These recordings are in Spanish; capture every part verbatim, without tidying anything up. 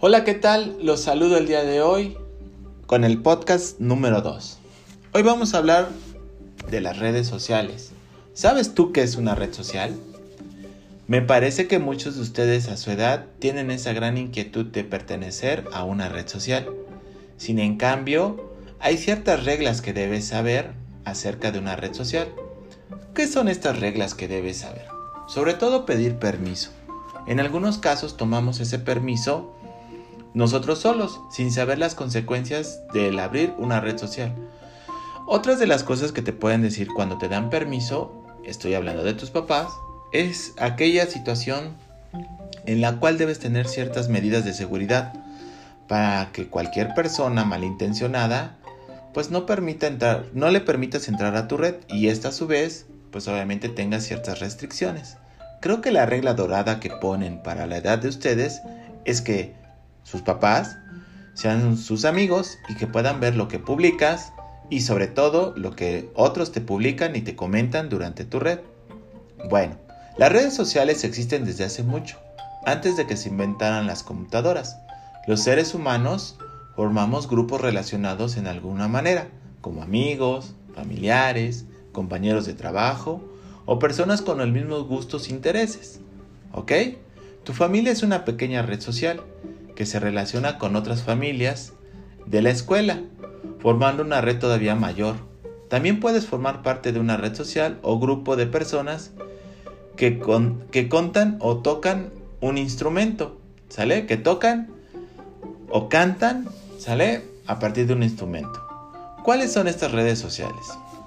Hola, ¿qué tal? Los saludo el día de hoy con el podcast número dos. Hoy vamos a hablar de las redes sociales. ¿Sabes tú qué es una red social? Me parece que muchos de ustedes a su edad tienen esa gran inquietud de pertenecer a una red social. Sin en cambio, hay ciertas reglas que debes saber acerca de una red social. ¿Qué son estas reglas que debes saber? Sobre todo pedir permiso. En algunos casos tomamos ese permiso nosotros solos, sin saber las consecuencias del abrir una red social. Otras de las cosas que te pueden decir cuando te dan permiso, estoy hablando de tus papás, es aquella situación en la cual debes tener ciertas medidas de seguridad para que cualquier persona malintencionada pues no permita entrar, no le permitas entrar a tu red y esta a su vez pues obviamente tenga ciertas restricciones. Creo que la regla dorada que ponen para la edad de ustedes es que sus papás sean sus amigos y que puedan ver lo que publicas y sobre todo lo que otros te publican y te comentan durante tu red. Bueno, las redes sociales existen desde hace mucho, antes de que se inventaran las computadoras. Los seres humanos formamos grupos relacionados en alguna manera, como amigos, familiares, compañeros de trabajo o personas con los mismos gustos e intereses. ¿Ok? Tu familia es una pequeña red social que se relaciona con otras familias de la escuela, formando una red todavía mayor. También puedes formar parte de una red social o grupo de personas que, con, que contan o tocan un instrumento, ¿sale? Que tocan o cantan, ¿sale? A partir de un instrumento. ¿Cuáles son estas redes sociales?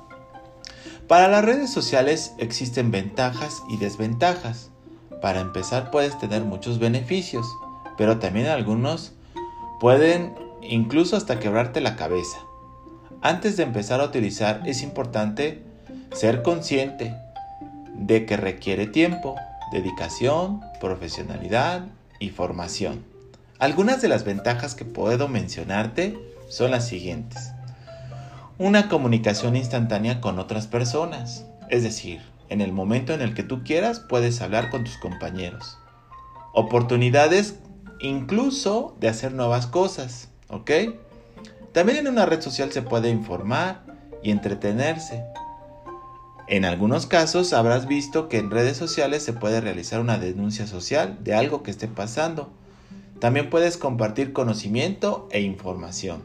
Para las redes sociales existen ventajas y desventajas. Para empezar, puedes tener muchos beneficios, pero también algunos pueden incluso hasta quebrarte la cabeza. Antes de empezar a utilizar es importante ser consciente de que requiere tiempo, dedicación, profesionalidad y formación. Algunas de las ventajas que puedo mencionarte son las siguientes. Una comunicación instantánea con otras personas, es decir, en el momento en el que tú quieras puedes hablar con tus compañeros. Oportunidades incluso de hacer nuevas cosas, ¿ok? También en una red social se puede informar y entretenerse. En algunos casos habrás visto que en redes sociales se puede realizar una denuncia social de algo que esté pasando. También puedes compartir conocimiento e información.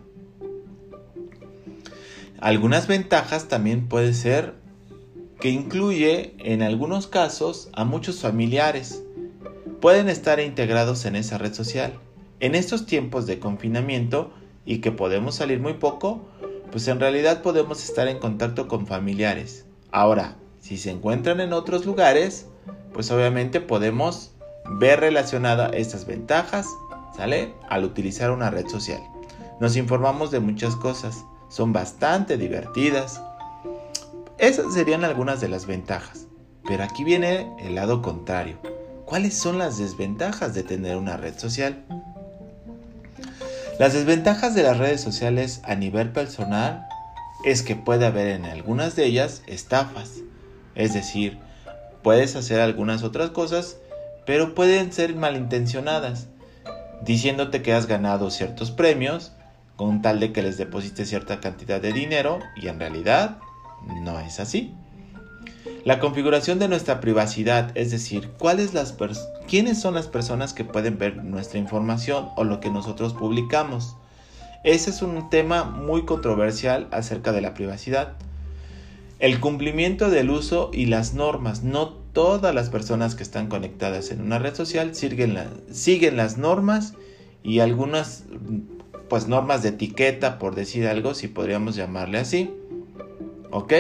Algunas ventajas también puede ser que incluye en algunos casos a muchos familiares. Pueden estar integrados en esa red social. En estos tiempos de confinamiento y que podemos salir muy poco, pues en realidad podemos estar en contacto con familiares. Ahora, si se encuentran en otros lugares, pues obviamente podemos ver relacionadas estas ventajas, ¿sale? Al utilizar una red social. Nos informamos de muchas cosas, son bastante divertidas. Esas serían algunas de las ventajas, pero aquí viene el lado contrario. ¿Cuáles son las desventajas de tener una red social? Las desventajas de las redes sociales a nivel personal es que puede haber en algunas de ellas estafas. Es decir, puedes hacer algunas otras cosas, pero pueden ser malintencionadas, diciéndote que has ganado ciertos premios con tal de que les deposites cierta cantidad de dinero y en realidad no es así. La configuración de nuestra privacidad, es decir, ¿cuáles las pers- ¿quiénes son las personas que pueden ver nuestra información o lo que nosotros publicamos? Ese es un tema muy controversial acerca de la privacidad. El cumplimiento del uso y las normas. No todas las personas que están conectadas en una red social siguen, la, siguen las normas y algunas pues normas de etiqueta, por decir algo, si podríamos llamarle así. ¿Ok?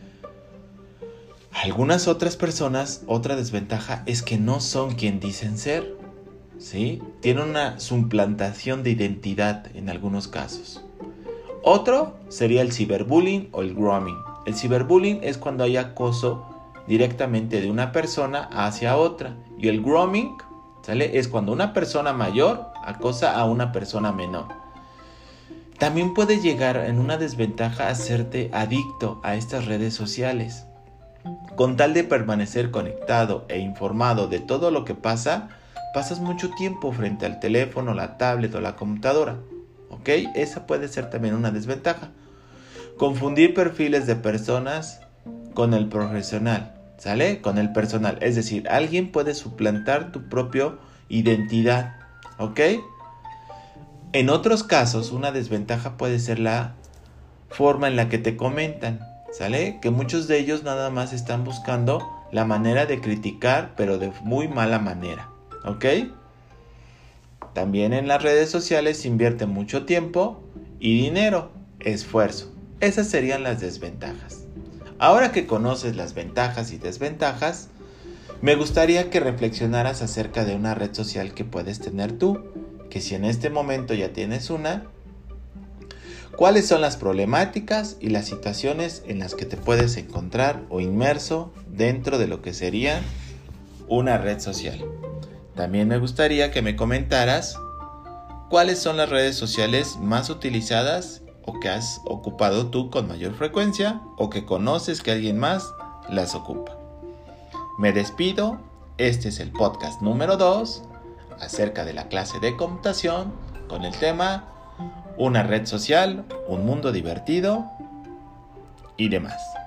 Algunas otras personas, otra desventaja es que no son quien dicen ser, ¿sí? Tienen una suplantación de identidad en algunos casos. Otro sería el ciberbullying o el grooming. El ciberbullying es cuando hay acoso directamente de una persona hacia otra. Y el grooming, ¿sale? Es cuando una persona mayor acosa a una persona menor. También puede llegar en una desventaja a hacerte adicto a estas redes sociales. Con tal de permanecer conectado e informado de todo lo que pasa, pasas mucho tiempo frente al teléfono, la tablet o la computadora. ¿Ok? Esa puede ser también una desventaja. Confundir perfiles de personas con el profesional, ¿sale? Con el personal. Es decir, alguien puede suplantar tu propia identidad. ¿Ok? En otros casos, una desventaja puede ser la forma en la que te comentan, ¿sale? Que muchos de ellos nada más están buscando la manera de criticar, pero de muy mala manera, ¿ok? También en las redes sociales se invierte mucho tiempo y dinero, esfuerzo. Esas serían las desventajas. Ahora que conoces las ventajas y desventajas, me gustaría que reflexionaras acerca de una red social que puedes tener tú, que si en este momento ya tienes una, ¿cuáles son las problemáticas y las situaciones en las que te puedes encontrar o inmerso dentro de lo que sería una red social? También me gustaría que me comentaras cuáles son las redes sociales más utilizadas o que has ocupado tú con mayor frecuencia o que conoces que alguien más las ocupa. Me despido. Este es el podcast número dos acerca de la clase de computación con el tema una red social, un mundo divertido y demás.